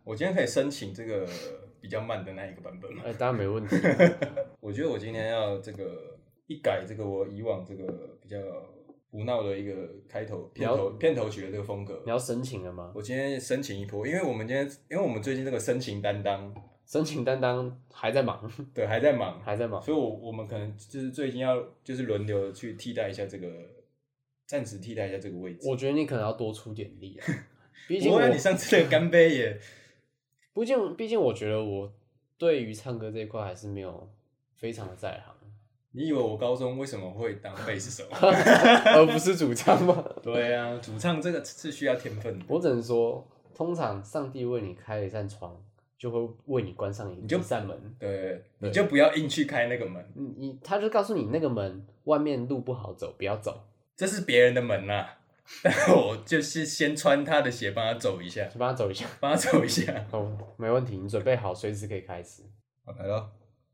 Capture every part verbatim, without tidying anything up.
我今天可以申请这个比较慢的那一个版本吗？ 哎、当然没问题。 我觉得我今天要这个一改这个我以往这个比较胡闹的一个开头片头片头曲的这个风格。 你要申请了吗？ 我今天申请一波，因为我们今天因为我们最近这个申请担当。 申请担当还在忙， 对，还在忙， 还在忙， 所以我，我我们可能就是最近要就是轮流去替代一下这个，暂时替代一下这个位置。 我觉得你可能要多出点力啊，毕竟我你上次的干杯也， 毕竟毕竟我觉得我对于唱歌这一块还是没有非常的在行。 你以为我高中为什么会当贝斯手， 而不是主唱吗？ 对啊，主唱这个是需要天分的。 我只能说，通常上帝为你开了一扇窗。就会为你关上一扇门， 对，你就不要硬去开那个门。 你你他就告诉你那个门外面路不好走，不要走。 这是别人的门呐、啊，但我就是先穿他的鞋，帮他走一下， 就帮他走一下， 帮他走一下。 哦，没问题，你准备好，随时可以开始。 好，来咯。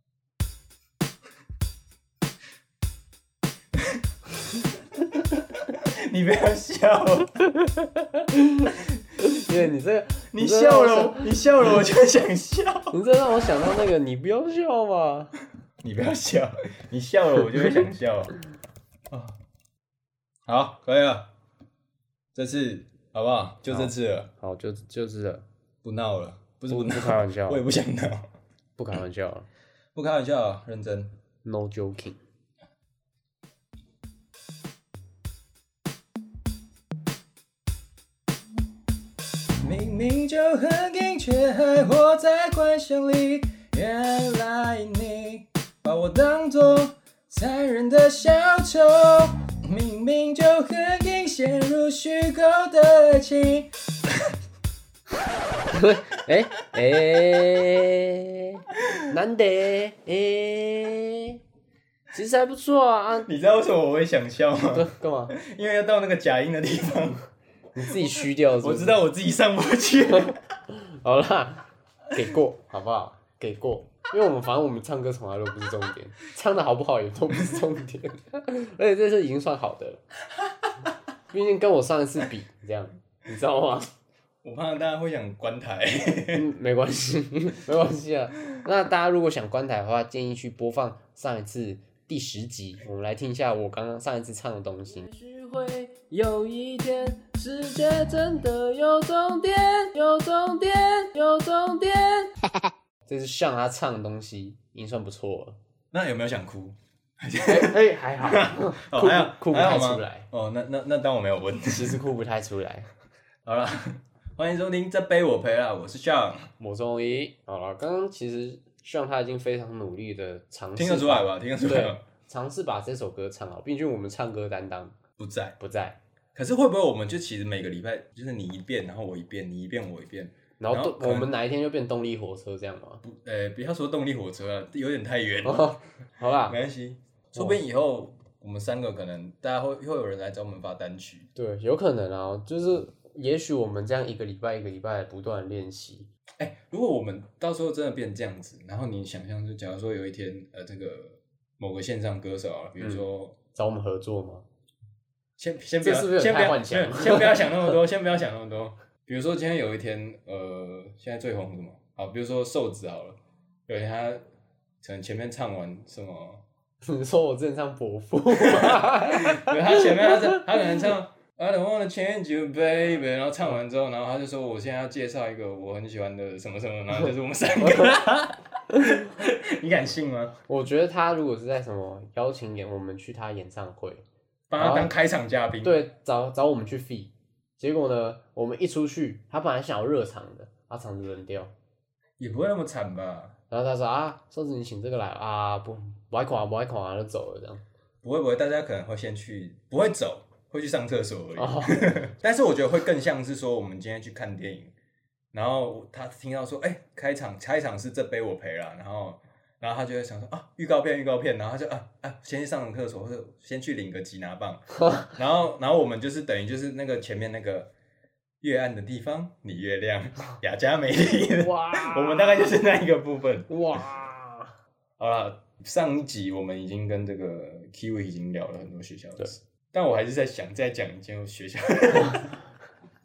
你不要笑。 因为你这个， 你笑了，你笑了，我就想笑。 你这让我想到那个，你不要笑嘛。 你不要笑，你笑了，我就会想笑。啊，好，可以了，这次好不好？就这次了。 好，好就就是了， 不闹了，不是不闹， 不开玩笑， 我也不想闹， 不开玩笑了， 不开玩笑，认真。 No joking。 明明就很硬，却还活在幻想里。原来你把我当作残忍的小丑。明明就很硬，陷入虚构的爱情。 哎哎，难得哎，其实还不错啊。 你知道为什么我会想笑吗？ 对，干嘛？ 因为要到那个假音的地方。 你自己虚掉是不是？ 我知道我自己上不去。 好啦，给过好不好？给过，因为我们反正我们唱歌从来都不是重点，唱的好不好也都不是重点，而且这次已经算好的了。毕竟跟我上一次比，这样你知道吗？ 我怕大家会想关台。 嗯，没关系，没关系啊。那大家如果想关台的话，建议去播放上一次第十集，我们来听一下我刚刚上一次唱的东西。也许会有一天，世界真的有终点，有终点，有终点。这是像他唱的东西，已经算不错了。 那有没有想哭？ 哎、欸欸，还好， 哦、还好哭不太出来。 哦，那那那当我没有问。 其实哭不太出来。 好了，欢迎收听这杯我陪啦，我是 Sean， 我是红衣。好了，刚刚其实 Sean 他已经非常努力的尝试， 听得出来吧？听得出来吧？ 尝试把这首歌唱好，毕竟我们唱歌担当不在不在。 可是会不会我们就其实每个礼拜就是你一遍，然后我一遍，你一遍我一遍， 然后, 然后我们哪一天就变动力火车这样吗？ 不，呃，不要说动力火车了，有点太远了。 哦、好啦， 没关系，说不定以后我们三个可能大家会会有人来找我们发单曲。 对，有可能啊，就是也许我们这样一个礼拜一个礼拜不断练习。 哎、欸，如果我们到时候真的变这样子，然后你想象，就假如说有一天，呃，这个某个线上歌手啊，比如说、 嗯、找我们合作吗？ 先先不要， 是不是先不要， 先先不要想那么多，先不要想那么多。比如说今天有一天，呃，现在最红什么？好，比如说瘦子好了，有一天他可能前面唱完什么？ 你说我之前唱伯父？ 对，他前面他他可能唱 I don't wanna change you, baby， 然后唱完之后，然后他就说我现在要介绍一个我很喜欢的什么什么，然后就是我们三个。你敢信吗？ 我觉得他如果是在什么邀请演我们去他演唱会。 帮他当开场嘉宾， 对，找找我们去 feat， 结果呢，我们一出去，他本来想要热场的，他场子冷掉， 也不会那么惨吧？ 然后他说啊，瘦子你请这个来啊，不不爱看不爱看就走了这样。 不会不会，大家可能会先去，不会走，会去上厕所而已。 哦、 但是我觉得会更像是说，我们今天去看电影，然后他听到说，哎、欸，开场开场是这杯我陪了，然后。然后他就会想说啊，预告片预告片，然后他就啊啊，先去上厕所或者先去领个吉拿棒，然后然后我们就是等于就是那个前面那个越暗的地方你越亮，雅加美丽，哇，我们大概就是那一个部分，哇，好了，上一集我们已经跟这个 Kiwi 已经聊了很多学校的事，但我还是在想再讲一件学校，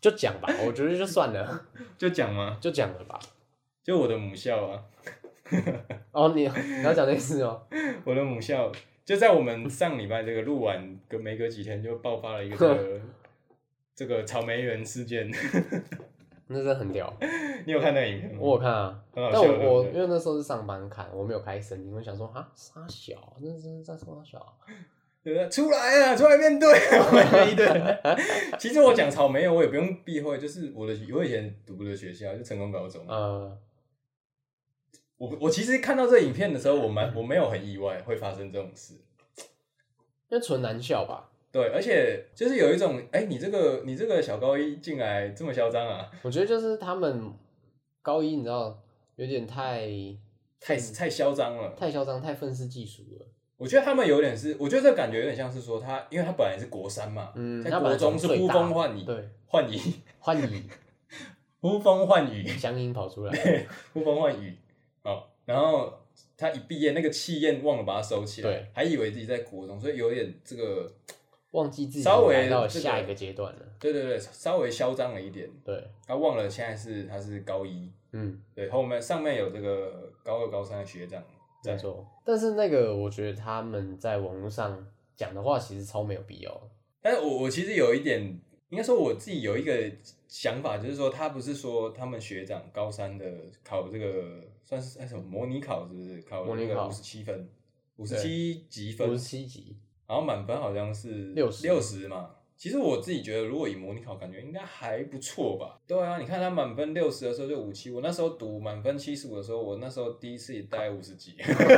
就讲吧，我觉得就算了， 就讲吗？ 就讲了吧。 就我的母校啊。 哦，你你要讲那事哦。 我的母校就在我们上礼拜这个录完，隔没隔几天就爆发了一个这个这个草莓园事件。 那真的很屌。 你有看那个影片吗？ 我有看啊， 很好但我笑对不对我因为那时候是上班看，我没有开声音，我想说啊，傻小，那真是在说傻小。 对不对？出来啊，出来面对！我一堆人。其实我讲草莓园，我也不用避讳，就是我的我以前读的学校就成功高中。 呃， 我我其实看到这影片的时候，我蛮我没有很意外会发生这种事， 因为纯男校吧。 对，而且就是有一种，哎、欸，你这个你这个小高一进来这么嚣张啊？ 我觉得就是他们高一，你知道，有点太太太嚣张了， 太嚣张，太愤世嫉俗了。 我觉得他们有点是，我觉得这感觉有点像是说他，因为他本来是国三嘛， 嗯， 在国中是呼风唤雨， 对， 唤雨， 唤雨， 呼风唤雨， 乡音跑出来， 对，呼风唤雨，哦，然后他一毕业，那个气焰忘了把它收起来， 对， 还以为自己在国中，所以有点这个忘记自己稍微来到下一个阶段了， 对对对，稍微嚣张了一点， 对， 他忘了现在是他是高一， 嗯， 对，后面上面有这个高二高三的学长。 没错，但是那个我觉得他们在网络上讲的话，其实超没有必要的。 但是我我其实有一点，应该说我自己有一个想法，就是说他不是说他们学长高三的考这个算是哎什么模拟考是不是考那个五十七分，五十七级分， 五十七级， 然后满分好像是六十六十嘛。其实我自己觉得，如果以模拟考，感觉应该还不错吧。对啊，你看他满分六十的时候就五七，我那时候读满分七十五的时候，我那时候第一次也大概五十几，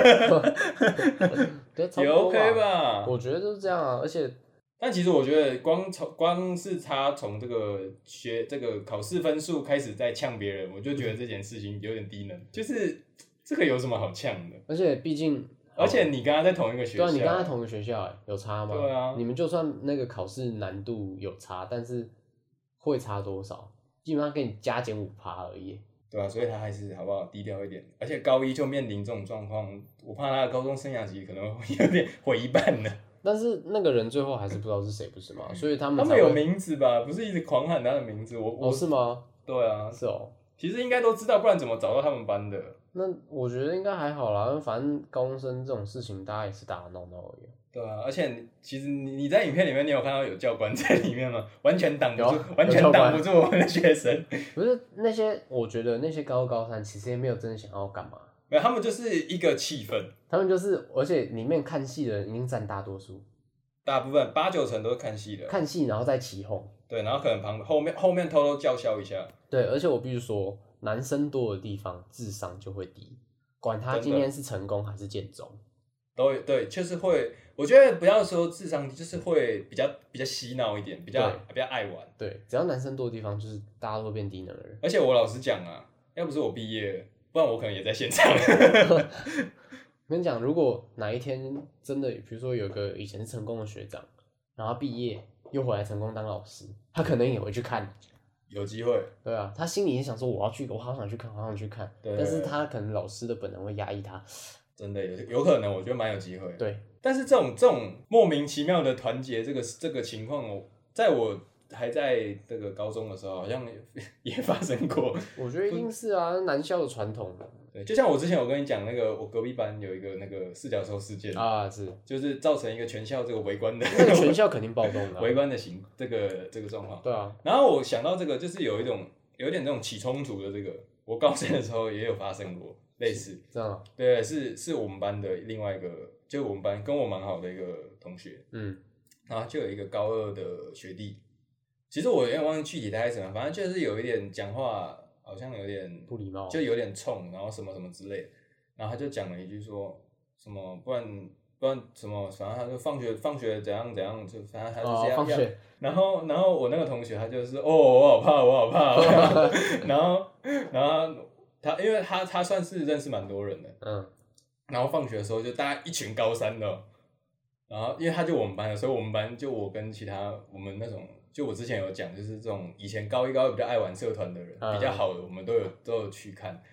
也 OK 吧？ 我觉得就是这样啊，而且， 但其实我觉得光从光是他从这个学这个考试分数开始在呛别人，我就觉得这件事情有点低能，就是这个有什么好呛的？ 而且毕竟。 而且你跟他在同一个学校， 对啊，你跟他同一个学校、欸，有差吗？ 对啊， 你们就算那个考试难度有差，但是会差多少？基本上给你加减五趴而已。 对啊，所以他还是好不好低调一点。而且高一就面临这种状况，我怕他的高中生涯其实可能有点毁一半了。 但是那个人最后还是不知道是谁，不是吗？所以他们他们有名字吧？不是一直狂喊他的名字。我我、 哦、是吗？ 对啊， 是哦。 其实应该都知道，不然怎么找到他们班的？ 那我觉得应该还好啦，反正高中生这种事情，大家也是打打闹闹而已。 对啊，而且其实你你在影片里面，你有看到有教官在里面吗？完全挡不住，完全挡不住我们的学生。 不是那些，我觉得那些高高三其实也没有真的想要干嘛。 没有，他们就是一个气氛。 他们就是，而且里面看戏的人一定占大多数。 大部分八九成都是看戏的。 看戏然后再起哄。 对，然后可能旁后面后面偷偷叫嚣一下。 对，而且我必须说，男生多的地方智商就会低。管他今天是成功还是建中， 都对，就是会，我觉得不要说智商低，就是会比较比较嬉闹一点，比较比较爱玩。 对，只要男生多的地方，就是大家都会变低能儿。 而且我老实讲啊，要不是我毕业，不然我可能也在现场。 我跟你讲，如果哪一天真的，比如说有个以前是成功的学长，然后毕业又回来成功当老师，他可能也会去看。 有机会， 对啊，他心里也想说，我要去，我好想去看，好想去看。 对， 但是他可能老师的本能会压抑他。 真的有有可能，我觉得蛮有机会。 对， 但是这种这种莫名其妙的团结，这个这个情况，我在我还在这个高中的时候，好像 也, 也发生过。 我觉得一定是啊，男校的传统。 对，就像我之前有跟你讲那个，我隔壁班有一个那个四角兽事件啊，是， 就是造成一个全校这个围观的， 那个全校肯定暴动的、啊， 围观的行这个这个状况。 对啊， 然后我想到这个，就是有一种有点那种起冲突的这个，我高三的时候也有发生过类似， 这样、啊， 对，是是我们班的另外一个，就我们班跟我蛮好的一个同学，嗯，然后就有一个高二的学弟，其实我有点忘记具体大概什么，反正就是有一点讲话好像有点不礼貌， 就有点冲，然后什么什么之类的。然后他就讲了一句说什么，不然不然什么，反正他就放学放学怎样怎样，就反正他就这样。 哦、放学。 然后然后我那个同学他就是哦，我好怕，我好怕。然后然后他因为他他算是认识蛮多人的，嗯。然后放学的时候就大家一群高三的，然后因为他就我们班的，所以我们班就我跟其他我们那种，就我之前有讲，就是这种以前高一高二比较爱玩社团的人，嗯、比较好的，我们都有都有去看。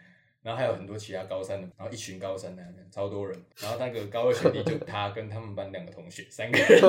然后还有很多其他高三的，然后一群高三在那边，超多人。然后那个高二学弟就他跟他们班两个同学，三个人。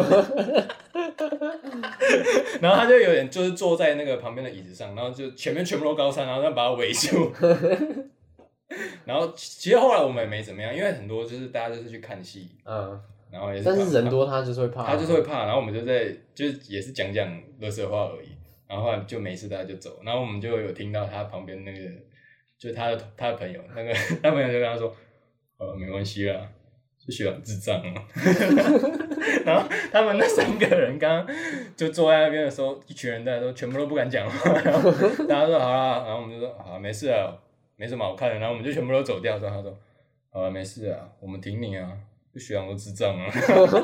然后他就有点就是坐在那个旁边的椅子上，然后就前面全部都高三，然后他把他围住。然后其实后来我们也没怎么样，因为很多就是大家就是去看戏，嗯，然后也是， 但是人多他就是会怕， 他就是会怕，然后我们就在就是也是讲讲垃圾话而已，然后后来就没事大家就走，然后我们就有听到他旁边那个就是他的他的朋友，那个他朋友就跟他说，呃没关系啦，是学长智障啊。然后他们那三个人刚刚就坐在那边的时候，一群人在说全部都不敢讲话，然后大家说好啦，然后我们就说好没事啊。没什么好看的，然后我们就全部都走掉。之后他说：“好了，没事啊，我们挺你啊，就学长都智障啊。”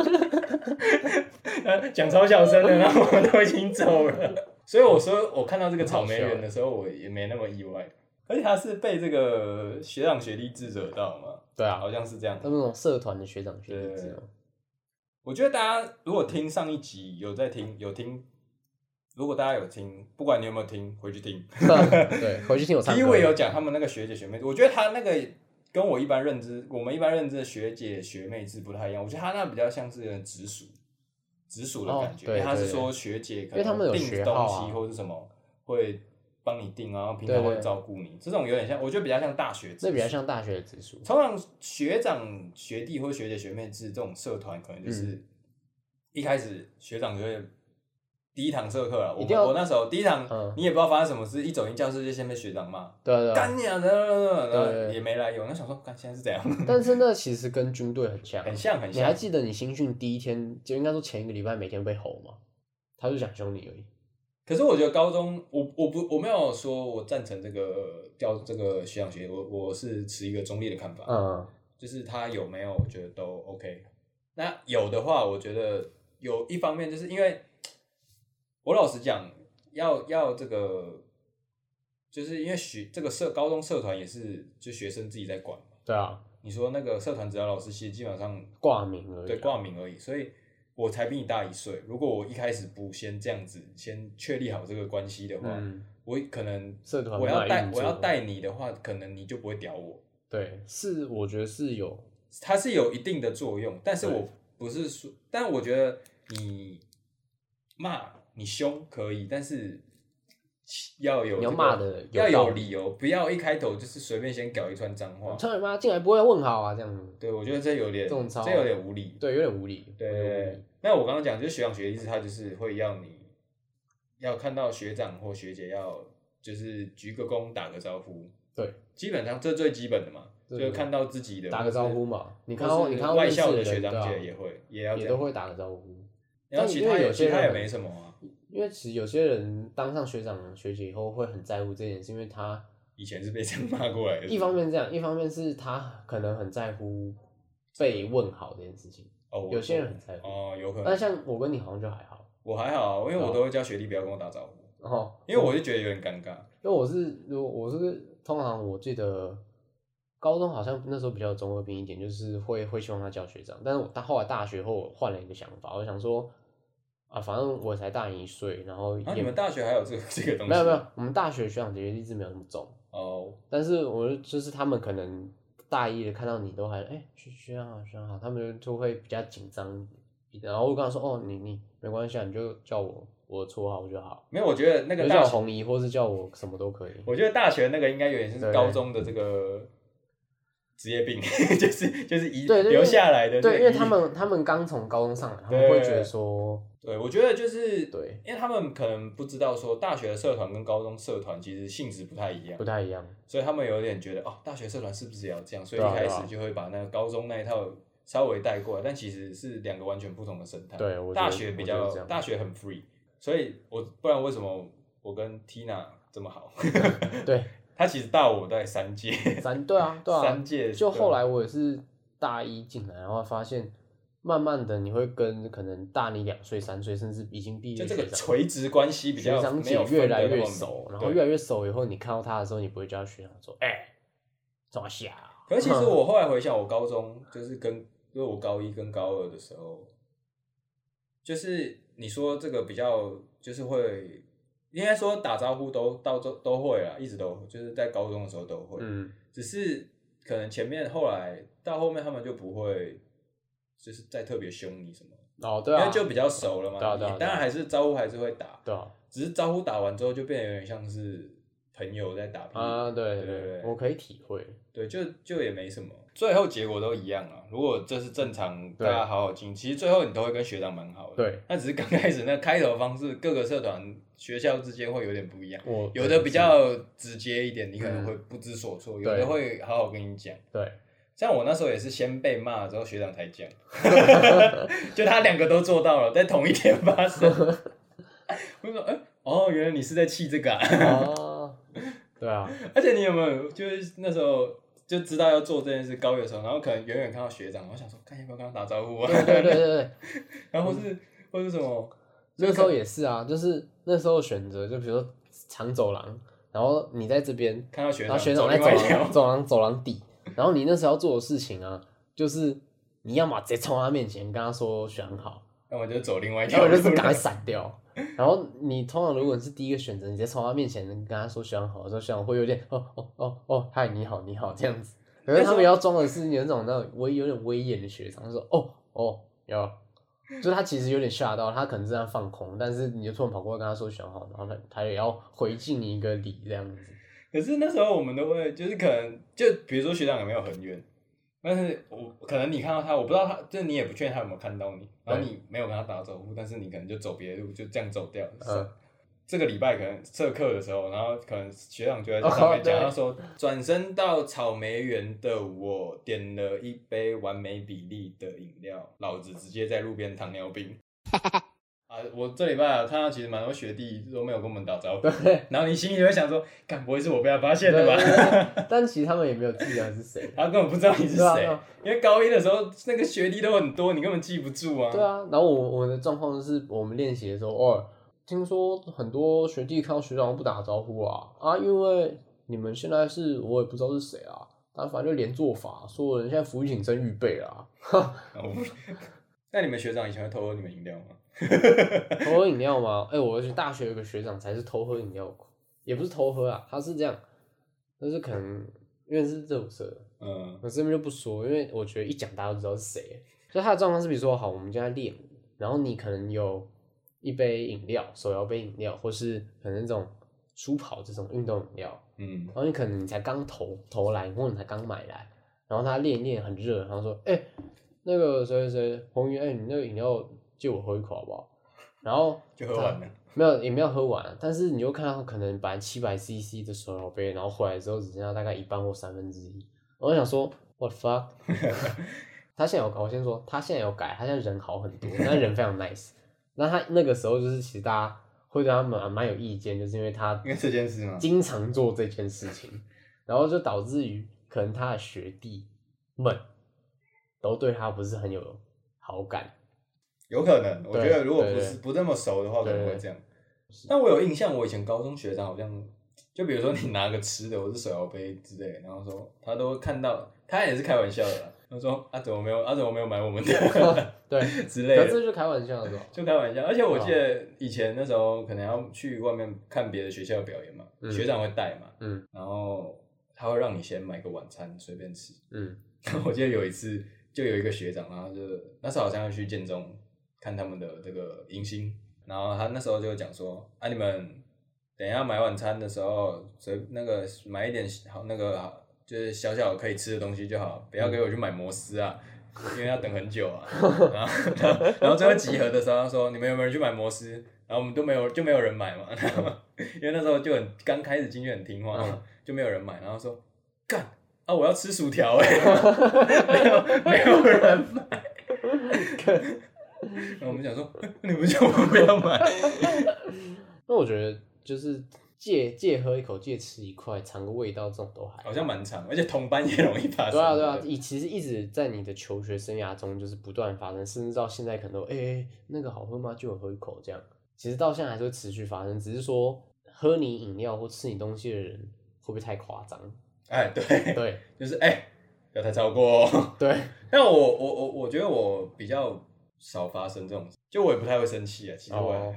讲超小声的，然后我们都已经走了。所以我说，我看到这个草莓园的时候，我也没那么意外。而且他是被这个学长学弟制惹到嘛？ 对啊， 好像是这样。 他们那种社团的学长学弟制。 我觉得大家如果听上一集有在听，有听。如果大家有听，不管你有没有听，回去听。 对，回去听我唱歌。 第一位有讲他们那个学姐学妹制，我觉得他那个跟我一般认知，我们一般认知的学姐学妹制不太一样。我觉得他那比较像是直属，直属的感觉。 哦、对对对， 他是说学姐可能订东西或是什么会帮你订，然后平常会照顾你。这种有点像，我觉得比较像大学制。 那比较像大学的直属。 通常学长学弟或学姐学妹制这种社团，可能就是、嗯、一开始学长就会。第一堂社课了，我我那时候第一堂、嗯，你也不知道发生什么事，一走进教室就先被学长骂， 对对， 干你啊，然后也没来由，那想说，干现在是怎样？ 但是那其实跟军队很像， 很像很像。 你还记得你新训第一天，就应该说前一个礼拜每天被吼吗？他就想凶你而已。 可是我觉得高中，我我不我没有说我赞成这个调这个学长学，我我是持一个中立的看法，嗯，就是他有没有，我觉得都 OK。那有的话，我觉得有一方面就是因为。我老实讲，要要这个，就是因为学这个社高中社团也是就学生自己在管嘛。 对啊， 你说那个社团指导老师其实基本上挂名而已， 对，挂名而已。所以我才比你大一岁，如果我一开始不先这样子，先确立好这个关系的话，嗯、我可能社团我要带我要带你的话，可能你就不会屌我。 对，是我觉得是有， 它是有一定的作用，但是我不是说，但我觉得你骂。你凶可以，但是要有、这个、 你要骂的要有理由，不要一开头就是随便先搞一串脏话。 操你妈，进来不会问好啊，这样子。 对，我觉得这有点，这, 这有点无理。 对，有点无理。 对对对。那我刚刚讲就是学长学弟制，他就是会要你要看到学长或学姐要就是鞠个躬打个招呼。 对， 基本上这最基本的嘛，就是看到自己的打个招呼嘛。你看到你看到外校的学长姐也会、啊、也要这样也都会打个招呼。 然后其他有其他也没什么啊， 因为其实有些人当上学长学姐以后会很在乎这件事，因为他以前是被这样骂过来的。 一方面这样，一方面是他可能很在乎被问好这件事情。 哦， 有些人很在乎哦，有可能。 但像我跟你好像就还好。 我还好，因为我都会叫学弟不要跟我打招呼，哦，因为我就觉得有点尴尬。 因为我是如我是通常我记得高中好像那时候比较中二病一点，就是会会希望他叫学长，但是我到后来大学后我换了一个想法，我想说。啊，反正我才大你一岁，然后也、 啊、你们大学还有这个这个东西？ 没有没有，我们大学学长学弟制没有那么重哦。 但是我就是他们可能大一的看到你都还哎学学长好学长好，他们就会比较紧张，然后我跟他说哦你你没关系啊，你就叫我我的绰号就好。 没有，我觉得那个大学叫我红姨，或是叫我什么都可以。 我觉得大学那个应该有点是高中的这个。职业病就是就是遗留下来的， 对，因为他们他们刚从高中上来，他们会觉得说， 对，我觉得就是对， 因为他们可能不知道说大学的社团跟高中社团其实性质不太一样， 不太一样， 所以他们有点觉得哦，大学社团是不是也要这样？所以一开始就会把那个高中那一套稍微带过来，但其实是两个完全不同的生态。 对，我大学比较大学很 free， 所以我不然为什么我跟 Tina 这么好？ 对。 他其实大我大概三届， 三对啊对啊， 三届。 就后来我也是大一进来，然后发现慢慢的你会跟可能大你两岁、三岁，甚至已经毕业， 就这个垂直关系比较学长姐越来越熟，然后越来越熟以后，你看到他的时候，你不会叫学长说，哎、欸，抓下。 可是其实我后来回想，我高中就是跟，因为我高一跟高二的时候，就是你说这个比较就是会。 应该说打招呼都到都都会啦，一直都就是在高中的时候都会，嗯，只是可能前面后来到后面他们就不会，就是再特别凶你什么。 哦，对啊， 因为就比较熟了嘛， 对啊对啊， 当然还是招呼还是会打， 对啊， 只是招呼打完之后就变得有点像是朋友在打屁啊，对对 对, 对，我可以体会， 对，就就也没什么，最后结果都一样啊。如果这是正常，大家好好进，其实最后你都会跟学长蛮好的， 对， 那只是刚开始那开头方式，各个社团学校之间会有点不一样，有的比较直接一点，你可能会不知所措，有的会好好跟你讲，对。像我那时候也是先被骂之后学长才讲，就他两个都做到了，在同一天发生。我就说，哎、欸，哦，原来你是在气这个啊。哦， 对啊。 而且你有没有就是那时候就知道要做这件事高一的时候，然后可能远远看到学长，然后想说，看要不要跟他打招呼啊？ 对对对对对。 然后是、嗯、或是什么？ 那时候也是啊，就是那时候选择，就比如说长走廊，然后你在这边看到学长， 然后学长在走廊走廊走廊底。然后你那时候要做的事情啊，就是你要么直接冲他面前跟他说选好， 要么就走另外一条路， 要么就是赶快闪掉。然后你通常如果你是第一个选择，你直接冲他面前跟他说选好的时候，学长会有点哦哦哦哦，嗨你好你好这样子。可是他们要装的是有那种那种威有点威严的学长，他说哦哦有，就是他其实有点吓到，他可能是在放空，但是你就突然跑过来跟他说选好，然后他他也要回敬你一个礼这样子。 可是那时候我们都会，就是可能就比如说学长有没有很远，但是我可能你看到他，我不知道他，就是你也不确定他有没有看到你，然后你没有跟他打招呼，但是你可能就走别的路，就这样走掉。嗯。这个礼拜可能社课的时候，然后可能学长就在上面讲，他说转身到草莓园的我点了一杯完美比例的饮料，老子直接在路边糖尿病。啊，我这礼拜啊看到其实蛮多学弟都没有跟我们打招呼，然后你心里就会想说，干不会是我被他发现的吧？ 对对对但其实他们也没有记得是谁， 他根本不知道你是谁，啊啊、因为高一的时候那个学弟都很多，你根本记不住啊。 对啊，然后我我的状况是我们练习的时候，哦，听说很多学弟看到学长不打招呼啊啊，因为你们现在是我也不知道是谁啊，但反正就连做法，说人现在服役挺身预备啦。 那你们学长以前会偷喝你们饮料吗？ 偷喝饮料吗？哎、欸，我大学有个学长才是偷喝饮料，也不是偷喝啊，他是这样，但是可能因为是热舞社，嗯，我这边就不说，因为我觉得一讲大家都知道是谁。就他的状况是，比如说，好，我们现在练舞，然后你可能有一杯饮料，手摇杯饮料，或是可能这种舒跑这种运动饮料，嗯，然后你可能你才刚投投来，或者你才刚买来，然后他练一练很热，然后说，哎、欸，那个谁谁谁，红云，哎、欸，你那个饮料借我喝一口好不好？然后就喝完了， 没有也没有喝完，但是你就看到可能本来七百 C C 的手摇杯，然后回来之后只剩下大概一半或三分之一。我想说 ，what the fuck？ 他现在有改，我先说，他现在有改，他现在人好很多，他人非常 nice。那他那个时候就是其实大家会对他蛮蛮有意见，就是因为他因为这件事嘛， 经常做这件事情，然后就导致于可能他的学弟们都对他不是很有好感。 有可能，我觉得如果不是不那么熟的话，可能会这样。但我有印象，我以前高中学长好像，就比如说你拿个吃的或是手摇杯之类的，然后说他都看到，他也是开玩笑的啦。他说啊怎么没有啊怎么没有买我们的对之类的， 可是就开玩笑的， 就开玩笑。而且我记得以前那时候可能要去外面看别的学校的表演嘛，嗯、学长会带嘛，嗯，然后他会让你先买个晚餐随便吃，嗯。我记得有一次就有一个学长，然后就那时候好像要去建中。看他们的这个迎新，然后他那时候就讲说啊，你们等一下买晚餐的时候，随那个买一点好那个就是小小可以吃的东西就好，不要给我去买摩斯啊，因为要等很久啊。然后然后最后集合的时候，他说你们有没有人去买摩斯？然后我们都没有，就没有人买嘛。因为那时候就很刚开始进去很听话，就没有人买。然后说干啊，我要吃薯条哎、欸，没有没有人买。然后我们想说，你不叫我们不要买？ 那我觉得就是借借喝一口，借吃一块，尝个味道，这种都还好像蛮长，而且同班也容易发生。 对啊，对啊，其实一直在你的求学生涯中就是不断发生，甚至到现在可能都哎、欸，那个好喝吗？就我喝一口这样。其实到现在还是会持续发生，只是说喝你饮料或吃你东西的人会不会太夸张？ 哎，对对， 就是哎、欸，不要太超过、哦。 对， 但我我我我觉得我比较少发生这种事，就我也不太会生气啊，其实我也还好。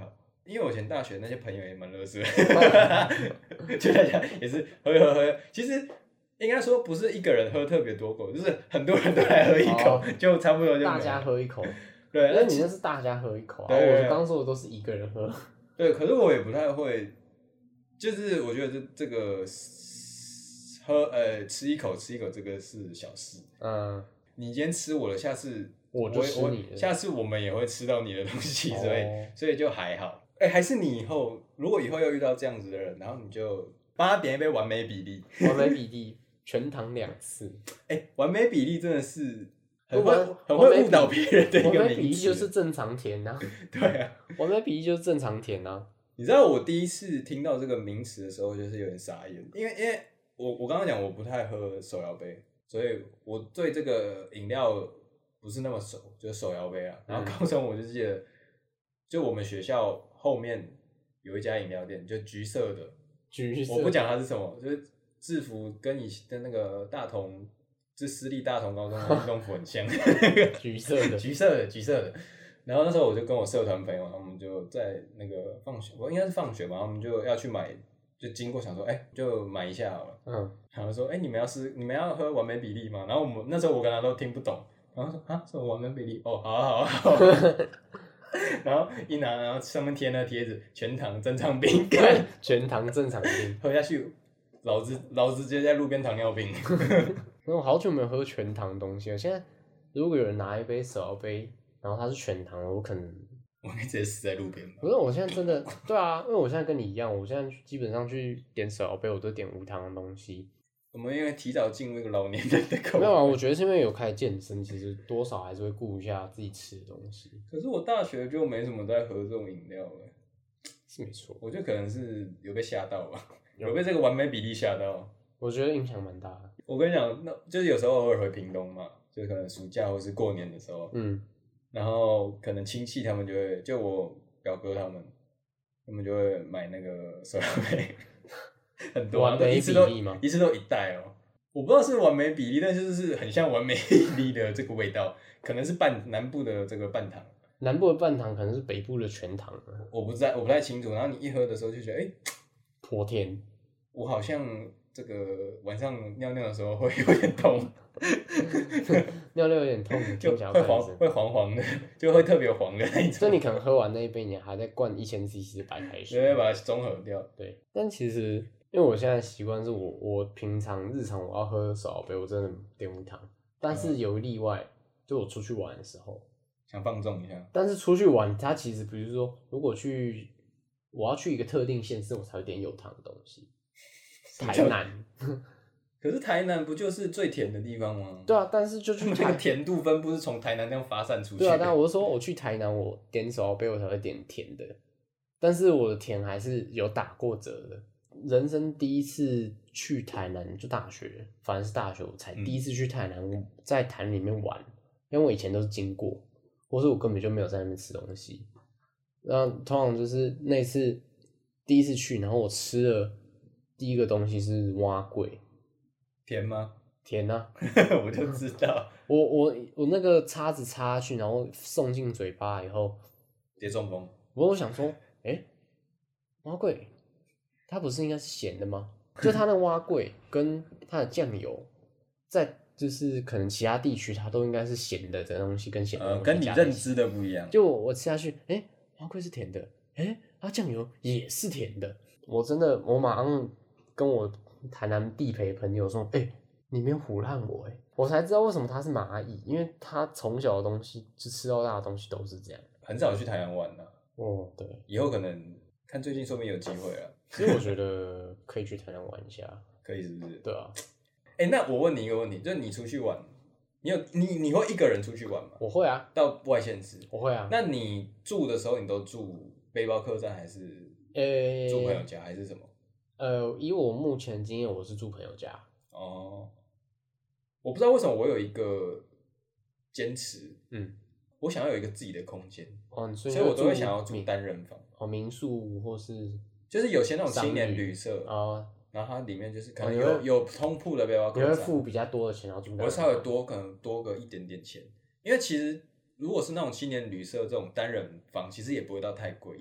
因为我以前大学那些朋友也蛮乐色的，就大家也是喝喝喝。其实应该说不是一个人喝特别多口，就是很多人都来喝一口，哦、就差不多就大家喝一口。 对， 那你那是大家喝一口啊， 对对对， 我刚刚说的都是一个人喝。 对，可是我也不太会，就是我觉得这这个喝呃吃一口吃一口这个是小事。嗯，你今天吃我的，下次我就吃你的， 下次我们也会吃到你的东西，所以、哦、所以就还好。哎、欸，还是你以后如果以后又遇到这样子的人，然后你就帮他点一杯完美比例， 完美比例全糖两次。 哎、欸，完美比例真的是。很会很会误导别人的一个名词。 完美比例就是正常甜啊。 对啊， 完美比例就是正常甜啊。 你知道我第一次听到这个名词的时候，就是有点傻眼，因为因为我我刚刚讲我不太喝手摇杯，所以我对这个饮料不是那么熟，就是手摇杯啊。然后高中我就记得，就我们学校后面有一家饮料店，就橘色的， 橘色， 我不讲它是什么，就是制服跟以前的那个大同。是私立大同高中的运动服很像， 橘色的， 橘色的，橘色的。然后那时候我就跟我社团朋友，我们就在那个放学，我应该是放学吧，我们就要去买，就经过想说，哎、欸，就买一下好了。嗯。然后说，哎、欸，你们要是你们要喝完美比例吗？然后我们那时候我跟他都听不懂，然后说啊，什么完美比例？哦，好好好。然后一拿，然后上面贴那贴纸，全糖正常冰干， 全糖正常冰， 喝下去，老子老子直接在路边糖尿病。 我好久没有喝全糖的东西了。现在如果有人拿一杯手摇杯，然后它是全糖的，我可能我应该直接死在路边吧。 可是我现在真的对啊，因为我现在跟你一样，我现在基本上去点手摇杯，我都点无糖的东西。 我们因为提早进入一个老年人的口味。 没有啊，我觉得是因为有开始健身，其实多少还是会顾一下自己吃的东西。 可是我大学就没什么在喝这种饮料了， 是没错。 我觉得可能是有被吓到吧，有被这个完美比例吓到。 我觉得影响蛮大的。 我跟你讲，那就是有时候偶尔回屏东嘛，就可能暑假或是过年的时候，嗯，然后可能亲戚他们就会，就我表哥他们，他们就会买那个手摇杯，很多、啊， 完美比例吗？ 一次都一袋哦、喔。我不知道是完美比例，但就是很像完美比例的这个味道，可能是半南部的这个半糖， 南部的半糖可能是北部的全糖， 我不在，我不太清楚。然后你一喝的时候就觉得，哎、欸， 颇甜， 我好像。这个晚上尿尿的时候会有点痛， 尿尿有点痛， 就会黄会黄黄的，就会特别黄的那一种。 所以你可能喝完那一杯，你还在灌一千 C C 的白开水， 对，把它中和掉。 对，但其实因为我现在习惯是我我平常日常我要喝手摇杯，我真的点无糖，但是有例外，就我出去玩的时候想放纵一下。 但是出去玩，它其实比如说，如果去我要去一个特定县市，我才会点有糖的东西。台南， 可是台南不就是最甜的地方吗？ 对啊，但是就去那个甜度分布是从台南那样发散出去。 对啊，但我是说我去台南，我点手摇杯我才会点甜的，但是我的甜还是有打过折的。人生第一次去台南，就大学，反正是大学我才第一次去台南，嗯、在台南里面玩，因为我以前都是经过，或是我根本就没有在那边吃东西。然后通常就是那次第一次去，然后我吃了。第一个东西是蛙粿， 甜吗？ 甜啊， 我就知道。 我我我那个叉子插下去，然后送进嘴巴以后， 直接中风。 我我想说，哎、欸，蛙粿，它不是应该是咸的吗？就它那蛙粿跟它的酱油，在就是可能其他地区它都应该是咸的的东西跟咸的东西、 呃，跟你认知的不一样。 就我我吃下去，哎、欸，蛙粿是甜的，哎、欸，它酱油也是甜的，我真的我马上。跟我台南地陪朋友说，哎、欸，你没有唬烂我哎、欸，我才知道为什么他是蚂蚁，因为他从小的东西就吃到大的东西都是这样。 很少去台南玩啦、啊。 哦，对， 以后可能看最近说不定有机会了。 其实我觉得可以去台南玩一下， 可以是不是？ 对啊。 哎、欸，那我问你一个问题，就是你出去玩，你有你你会一个人出去玩吗？ 我会啊， 到外县市。 我会啊。 那你住的时候，你都住背包客栈还是呃住朋友家、欸、还是什么？ 呃，以我目前经验，我是住朋友家。 哦，我不知道为什么我有一个坚持，嗯，我想要有一个自己的空间， 哦，所以, 所以我都会想要住单人房， 哦，民宿或是就是有些那种青年旅社啊， 然后它里面就是可能有、哦、有通铺的背包客栈， 你会付比较多的钱，然后住单人房， 我会稍微多可能多个一点点钱，因为其实如果是那种青年旅社这种单人房，其实也不会到太贵，以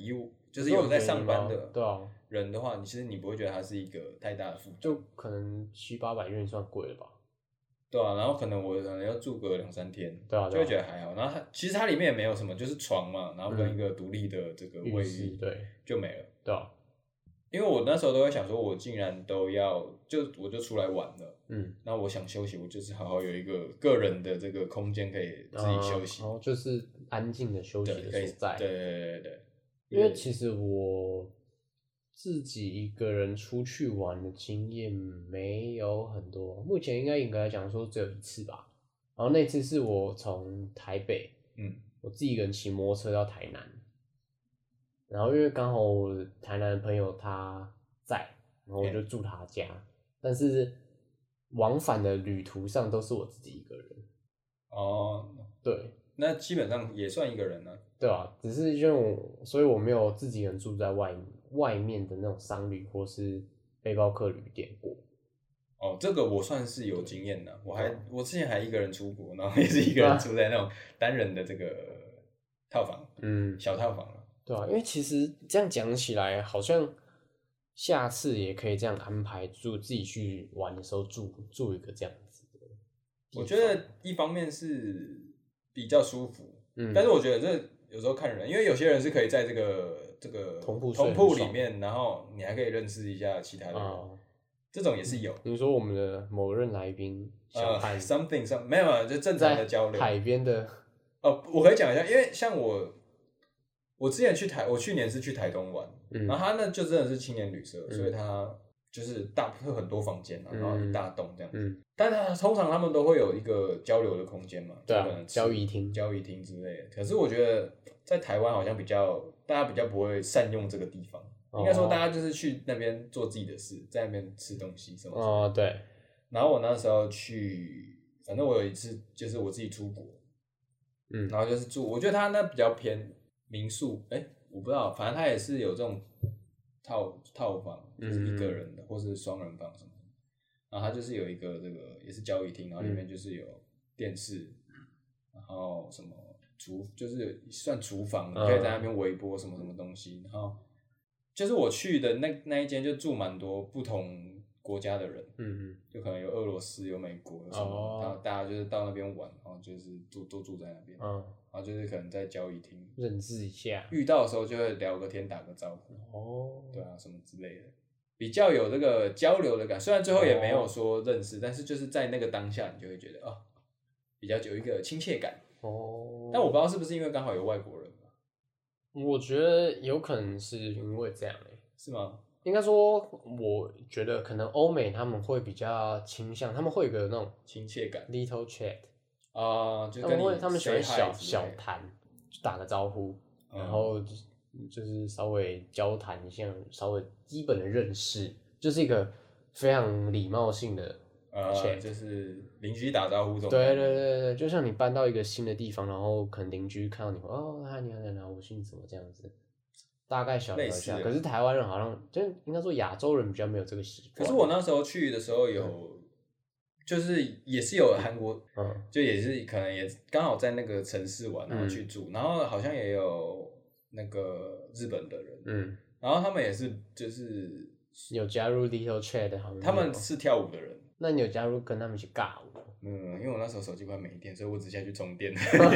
就是有在上班的对啊人的话，你其实你不会觉得它是一个太大的负担， 就可能七八百元算贵了吧。 对啊，然后可能我可能要住个两三天， 对啊， 就会觉得还好。然后它其实它里面也没有什么，就是床嘛，然后跟一个独立的这个卫浴， 对， 就没了。 对啊， 因为我那时候都会想说，我竟然都要就我就出来玩了， 嗯， 那我想休息，我就是好好有一个个人的这个空间可以自己休息， 然后就是安静的休息的所在。 对对对对对。 因为其实我自己一个人出去玩的经验没有很多，目前应该应该来讲说只有一次吧。然后那次是我从台北， 嗯， 我自己一个人骑摩托车到台南，然后因为刚好我台南的朋友他在，然后我就住他家，但是往返的旅途上都是我自己一个人。 哦， 对， 那基本上也算一个人呢、啊。 对啊，只是因为我，所以我没有自己人住在外外面的那种商旅或是背包客旅店过。 哦，这个我算是有经验的。我还我之前还一个人出国，然后也是一个人住在那种单人的这个套房， 嗯， 小套房了。 对啊，因为其实这样讲起来，好像下次也可以这样安排住，自己去玩的时候住住一个这样子的。 我觉得一方面是比较舒服， 嗯， 但是我觉得这有时候看人，因为有些人是可以在这个这个同铺同铺里面，然后你还可以认识一下其他的人。哦，这种也是有。 你说我们的某任来宾小汉、 呃、，something some 没有没有，就正常的交流。 海边的哦，我可以讲一下，因为像我，我之前去台，我去年是去台东玩，嗯、然后他那就真的是青年旅社，嗯、所以他就是大会很多房间啊，然后一大栋这样子。嗯、但他通常他们都会有一个交流的空间嘛， 对啊， 可能交易厅、 交易厅之类的。可是我觉得在台湾好像比较大家比较不会善用这个地方。应该说，大家就是去那边做自己的事，在那边吃东西什么的。 哦，对。 然后我那时候去，反正我有一次就是我自己出国，嗯，然后就是住，我觉得他那比较偏民宿，哎，我不知道，反正他也是有这种套套房，就是一个人的，嗯、或是双人房什么的。然后他就是有一个这个也是交易厅，然后里面就是有电视，嗯、然后什么厨，就是算厨房，嗯、你可以在那边微波什么什么东西，然后。就是我去的那那一间就住蛮多不同国家的人，嗯嗯，就可能有俄罗斯、有美国、有什么，哦、然后大家就是到那边玩，然后就是都都住在那边，嗯，然后就是可能在交易厅认识一下， 遇到的时候就会聊个天、打个招呼，哦，对啊，什么之类的，比较有这个交流的感。虽然最后也没有说认识，哦、但是就是在那个当下，你就会觉得哦，比较有一个亲切感，哦。但我不知道是不是因为刚好有外国人。 我觉得有可能是因为这样诶、欸， 是吗？ 应该说，我觉得可能欧美他们会比较倾向，他们会有个那种亲切感 ，little chat 啊、呃，就跟你他们喜欢小小谈，打个招呼，嗯、然后就是稍微交谈一下，稍微基本的认识，就是一个非常礼貌性的。 呃，就是邻居打招呼这种。 对对对对，就像你搬到一个新的地方，然后可能邻居看到你，哦，嗨，你好，你好，我姓什么这样子，大概小聊一下。可是台湾人好像，就应该说亚洲人比较没有这个习惯。 可是我那时候去的时候有，嗯、就是也是有韩国，嗯，就也是可能也刚好在那个城市玩，然后去住，嗯、然后好像也有那个日本的人，嗯，然后他们也是就是有加入 Little Chat 的， 他们是跳舞的人。 那你有加入跟他们一起尬舞？ 嗯，因为我那时候手机快没电，所以我只下去充电。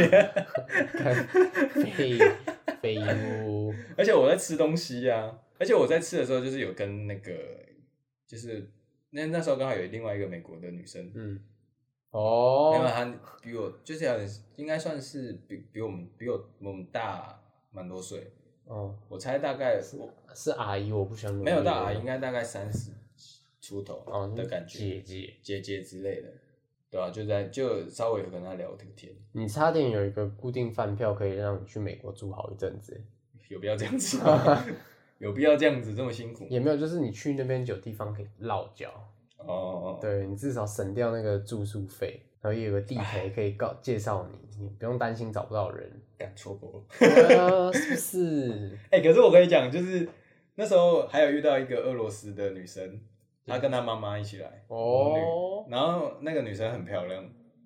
废废物！ 而且我在吃东西呀、啊，而且我在吃的时候就是有跟那个，就是那那时候刚好有另外一个美国的女生，嗯，哦，因为她比我就是有点应该算是比比我们比我我们大蛮多岁，哦，我猜大概是是阿姨，我不想没有到阿姨，应该大概三十。出头的感觉， 姐姐姐姐之类的，对啊，就在就稍微跟她聊天。 你差点有一个固定饭票可以让你去美国住好一阵子， 有必要这样子吗？有必要这样子这么辛苦？ 也没有，就是你去那边有地方可以落脚哦，对你至少省掉那个住宿费，然后也有个地陪可以告介绍你，你不用担心找不到人。 干错过了， 对啊，是不是？ 哎、欸，可是我跟你讲，就是那时候还有遇到一个俄罗斯的女生。她跟她妈妈一起来，哦，然后那个女生很漂亮，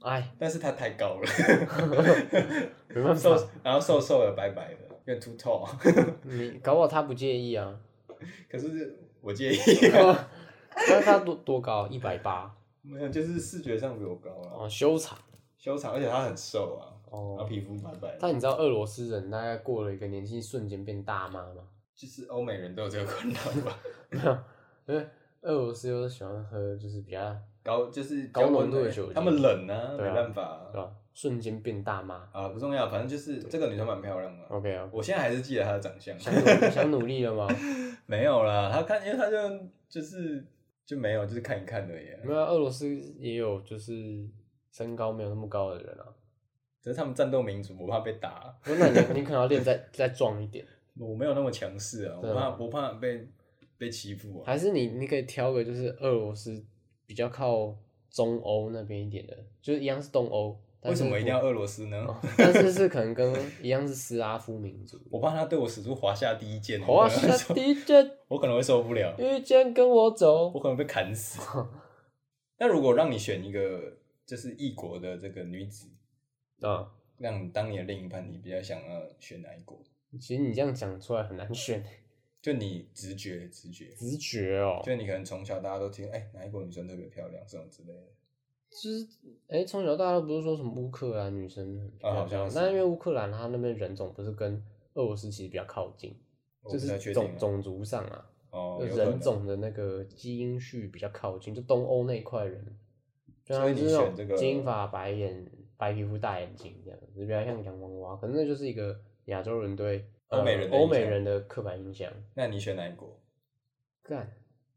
哎， 但是他太高了， 没办瘦法，， 然后瘦瘦的、白白的，有点 too tall。 你搞不好他不介意啊。 可是我介意啊， 那他多多高？一百八。 没有，就是视觉上比我高啊， 哦，修长。 修长，而且他很瘦啊，然后哦， 皮肤白白的。 但你知道俄罗斯人大概过了一个年纪瞬间变大妈吗？ 就是欧美人都有这个困扰吧？ 没有，因为俄罗斯又喜欢喝就是比较高就是高浓度的酒精， 他们冷啊， 对啊没办法啊。 对吧？瞬间变大妈。 啊，不重要，反正就是这个女生蛮漂亮的。 OK 啊， 我现在还是记得她的长相。 想努想努力了吗？ 没有啦，她看，因为她就就是就没有，就是看一看而已啊。 没有啊，俄罗斯也有就是身高没有那么高的人啊。 只是他们战斗民族，我怕被打。 不那你你可能要练再再壮一点， 我没有那么强势啊，我对啊怕我怕被被欺负啊。 还是你你可以挑个就是俄罗斯比较靠中欧那边一点的，就是一样是东欧。 为什么一定要俄罗斯呢？ 哦、但是是可能跟一样是斯拉夫民族。 我怕他对我使出华夏第一剑， 华夏第一剑， 我可能会受不了， 遇见跟我走， 我可能被砍死。那如果让你选一个就是异国的这个女子， 啊， 让你当你的另一半，你比较想要选哪一国？ 其实你这样讲出来很难选， 就你直觉直觉， 直觉哦， 就你可能从小大家都听，哎、欸，哪一国女生特别漂亮，这种之类的。 就是哎，从、欸、小到大都不是说什么乌克兰女生很漂亮， 啊、好像是那因为乌克兰它那边人种不是跟俄罗斯其实比较靠近，就是种种族上啊， 哦， 就人种的那个基因序比较靠近，就东欧那一块人，就他们就是那种金发白眼、白皮肤、大眼睛这样子，比较像洋娃娃，可能那就是一个亚洲人对欧美人欧、呃、美人的刻板印象。 那你选哪一国？ 干。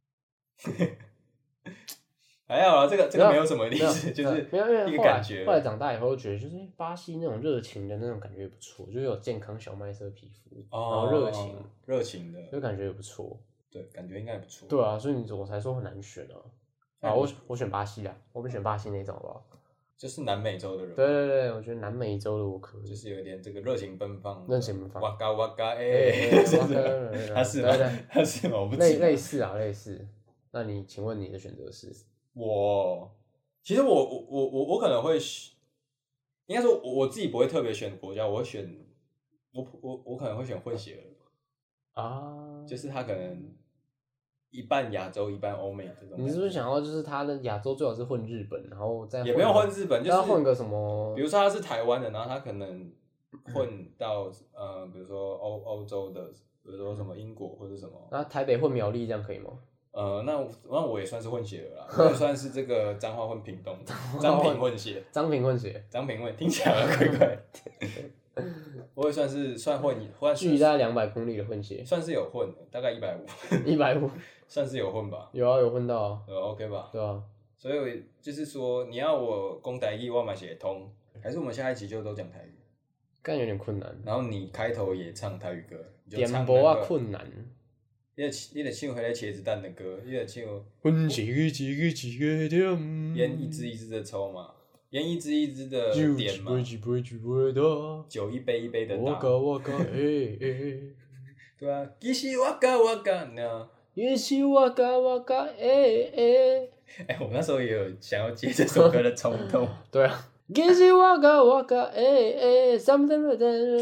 还好啦，这个这个没有什么意思，就是一个感觉。 后来长大以后，觉得就是巴西那种热情的那种感觉也不错，就是有健康小麦色皮肤，哦、然后热情热情的， 就感觉也不错。 对，感觉应该也不错。 对啊，所以你我才说很难选啊。啊，我我选巴西啊，我们选巴西那种好不好？ 就是南美洲的人。 对对对，我觉得南美洲的我可以。 就是有点这个热情奔放。 热情奔放。 哇嘎哇嘎哎，他是吗？他是吗？我不知道。 类类似啊，类似。那你请问你的选择是？ 我其实我我我我我可能会，应该说我自己不会特别选国家，我会选我我我可能会选混血儿啊，就是他可能一半亚洲一半欧美这种。 你是不是想要就是他的亚洲最好是混日本，然后再也不用混日本，就是混个什么？ 比如说他是台湾的，然后他可能混到呃，比如说欧欧洲的，比如说什么英国或者什么。 那台北混苗栗这样可以吗？ 呃，那那我也算是混血了啦，我也算是这个彰化混屏东，彰平混血， 彰平混血， 彰平混，听起来怪怪的。我也算是算混，混距离大概两百公里的混血， 算是有混，大概一百五， 一百五， 算是有混吧。 有啊，有混到啊， 呃 ，OK 吧？ 对啊。 所以就是说，你要我讲台语，我嘛写通，还是我们下一集就都讲台语？ 干有点困难。 然后你开头也唱台语歌， 点播啊困难。 你得你得唱那个茄子蛋的歌，你得唱。 分几个几个几个点。 烟一支一支的抽嘛，烟一支一支的点嘛。酒一杯一杯的打。 我嘎我嘎诶诶。 对啊，其实我嘎我嘎呢。 其实我嘎我嘎诶诶。 哎，我那时候也有想要接这首歌的冲动。 对啊。其实我嘎我嘎诶诶 ，something like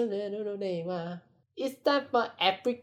that It's time for Africa 。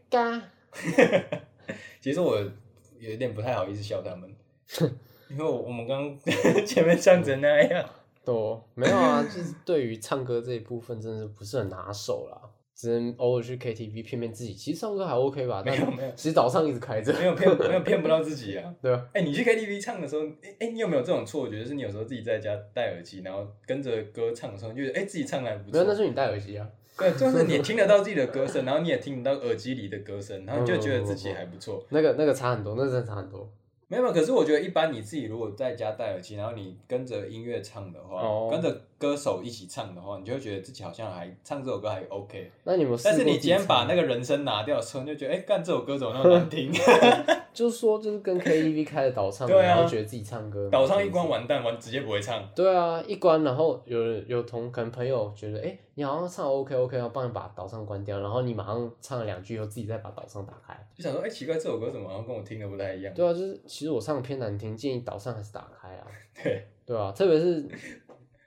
其实我有点不太好意思笑他们，因为我们刚前面唱成那样。 对，没有啊，就是对于唱歌这一部分真的不是很拿手啦，只能偶尔去 K T V 骗骗自己。其实唱歌还 OK 吧， 没有没有， 其实早上一直开着， 没有骗没有骗不到自己啊。 对啊， 哎、欸，你去 K T V 唱的时候，哎、欸、你有没有这种错觉？就是你有时候自己在家戴耳机，然后跟着歌唱的时候，你觉得哎、欸、自己唱的还不错。 没有，那是你戴耳机啊。 对，就是你听得到自己的歌声，然后你也听得到耳机里的歌声，然后你就觉得自己还不错。 那个那个差很多，那真的差很多。 没有，可是我觉得一般你自己如果在家戴耳机，然后你跟着音乐唱的话，哦、跟着歌手一起唱的话，你就会觉得自己好像还唱这首歌还 OK。 那你有没有试过？ 但是你今天把那个人声拿掉的时候，你就觉得哎，干这首歌怎么那么难听？ 就是说，就是跟 K T V 开的导唱， 对啊、 然后觉得自己唱歌， 导唱一关完蛋，完直接不会唱。 对啊，一关，然后有有同可能朋友觉得，哎、欸，你好像唱 OK OK， 要帮你把导唱关掉，然后你马上唱了两句以后，自己再把导唱打开， 就想说，哎、欸，奇怪，这首歌怎么好像跟我听的不太一样？ 对啊，就是其实我唱的偏难听，建议导唱还是打开啊。 对， 对啊，特别是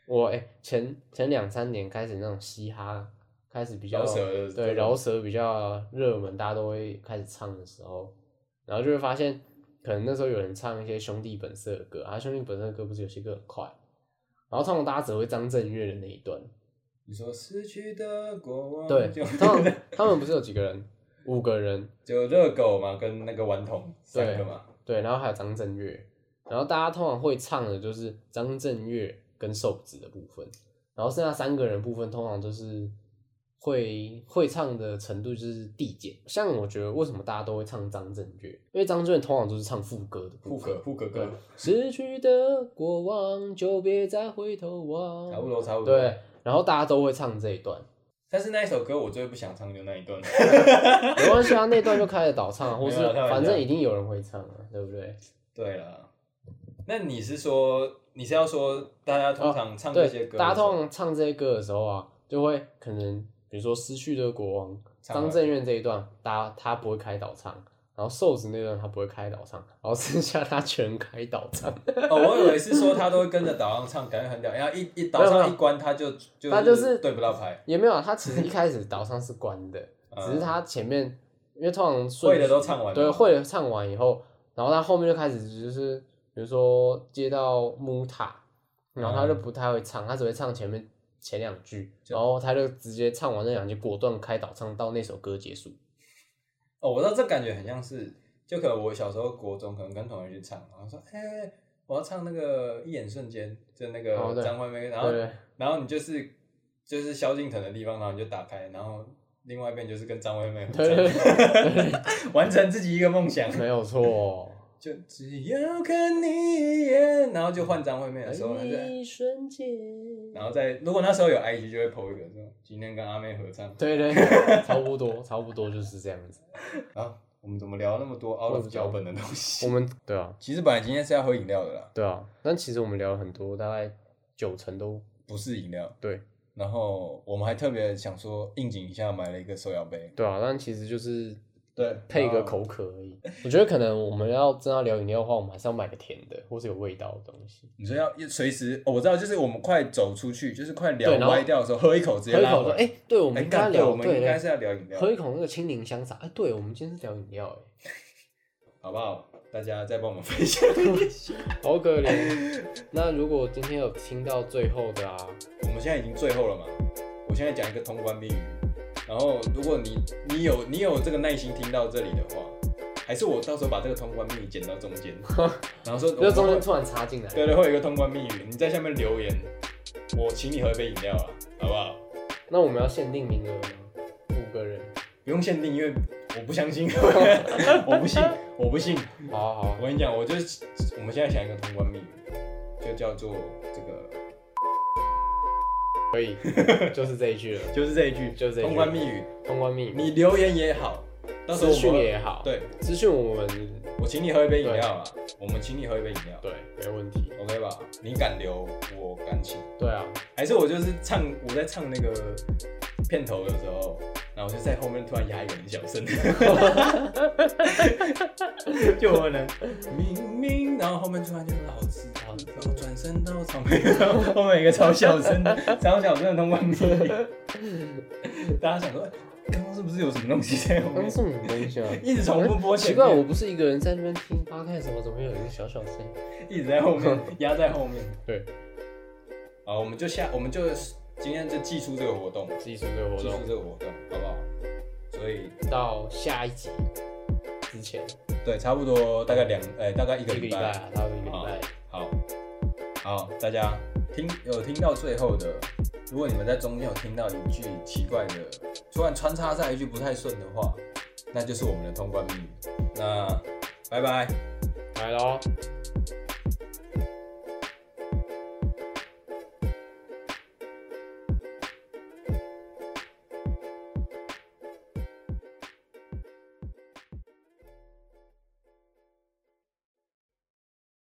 我哎、欸、前前两三年开始那种嘻哈开始比较饶舌的对饶舌比较热门，大家都会开始唱的时候，然后就会发现，可能那时候有人唱一些兄弟本色的歌，啊，兄弟本色的歌不是有些歌很快，然后通常大家只会张震岳的那一段。 你说逝去的过往， 对，他们他们不是有几个人，五个人， 就热狗嘛，跟那个顽童三个嘛， 对，然后还有张震岳，然后大家通常会唱的就是张震岳跟瘦子的部分，然后剩下三个人部分通常都是会会唱的程度就是递减。像我觉得为什么大家都会唱张震岳，因为张震岳通常都是唱副歌的部分， 副歌副歌歌， 逝去的过往就别再回头望， 差不多差不多， 对。然后大家都会唱这一段， 但是那一首歌我最不想唱就那一段， 没关系啊，那段就开始倒唱，或是反正一定有人会唱啊，对不对？ 对啦，那你是说你是要说大家通常唱这些歌、 哦，大家通常唱这些歌的时候啊，就会可能比如说失去的国王，张震岳这一段，大家他不会开导唱。然后瘦子那段他不会开导唱，然后剩下他全开导唱。 哦，我以为是说他都会跟着导唱唱，感觉很屌。然后一一导唱一关，他就就他就是对不到拍。 也没有，他其实一开始导唱是关的，只是他前面因为通常会的都唱完了， 对，会的唱完以后，然后他后面就开始就是比如说接到木塔，然后他就不太会唱，他只会唱前面前两句，然后他就直接唱完那两句，果断开导唱到那首歌结束。 哦，我知道这感觉很像是，就可能我小时候国中可能跟同学去唱，然后说，哎、欸，我要唱那个一眼瞬间，就那个张惠妹，然后然后你就是就是萧敬腾的地方，然后你就打开，然后另外一边就是跟张惠妹合唱，完成自己一个梦想， 没有错。 就只要看你一眼，然后就换张惠妹的时候， 一瞬间， 然后再如果那时候有 I G 就会 po 一个说今天跟阿妹合唱， 对对，差不多差不多就是这样子。 啊，我们怎么聊那么多 out of 脚本的东西？ 我们对啊， 其实本来今天是要喝饮料的啦， 对啊，但其实我们聊了很多，大概九成都不是饮料， 对。 然后我们还特别想说应景一下，买了一个手摇杯， 对啊，但其实就是对配一个口渴而已。我觉得可能我们要真要聊饮料的话，我们还是要买个甜的，或是有味道的东西。 你说要随时、哦，我知道，就是我们快走出去，就是快聊歪掉的时候，喝一口直接拉回来。 哎、欸，对，我们应该聊， 我们应该是要聊饮料， 喝一口那个青柠香茶。哎、欸，对，我们今天是聊饮料，哎， 好不好？大家再帮我们分享一下， 好可怜。那如果今天有听到最后的啊， 我们现在已经最后了嘛？我现在讲一个通关密语，然后如果你你有你有这个耐心听到这里的话，还是我到时候把这个通关密语剪到中间，然后说就中间突然插进来， 对对，会有一个通关密语，你在下面留言，我请你喝一杯饮料啊，好不好？ 那我们要限定名额吗？五个人， 不用限定，因为我不相信，我不信，我不信。 好好好， 我跟你讲，我就是我们现在想一个通关密语，就叫做这个。 可以，就是这一句了， 就是这一句， 就是这一句。 通关密语， 通关密语。 你留言也好，到时候私讯也好， 对， 私讯我们， 我请你喝一杯饮料啊，我们请你喝一杯饮料， 对，没问题 ，OK 吧？你敢留，我敢请。 对啊， 还是我就是唱，我在唱那个片头的时候，然后我就在后面突然压一个很小声，就可能明明，然后后面突然就老子，然后转身到草莓，然后后面一个超小声的，超小声的通关密语，大家想说，刚刚是不是有什么东西在后面？ 刚刚是什么东西啊？ 一直重复播前面。 奇怪，我不是一个人在那边听 podcast 吗？怎么会有一个小小声？ 一直在后面，压在后面。 对。 好，我们就下，我们就今天就祭出这个活动， 祭出这个活动， 祭出这个活动，好不好？所以到下一集之前， 对，差不多大概两，呃、欸，大概一个礼拜， 差不多一个礼拜。 好，好，大家听有听到最后的，如果你们在中间有听到一句奇怪的，突然穿插在一句不太顺的话，那就是我们的通关密语。那拜拜， 来喽。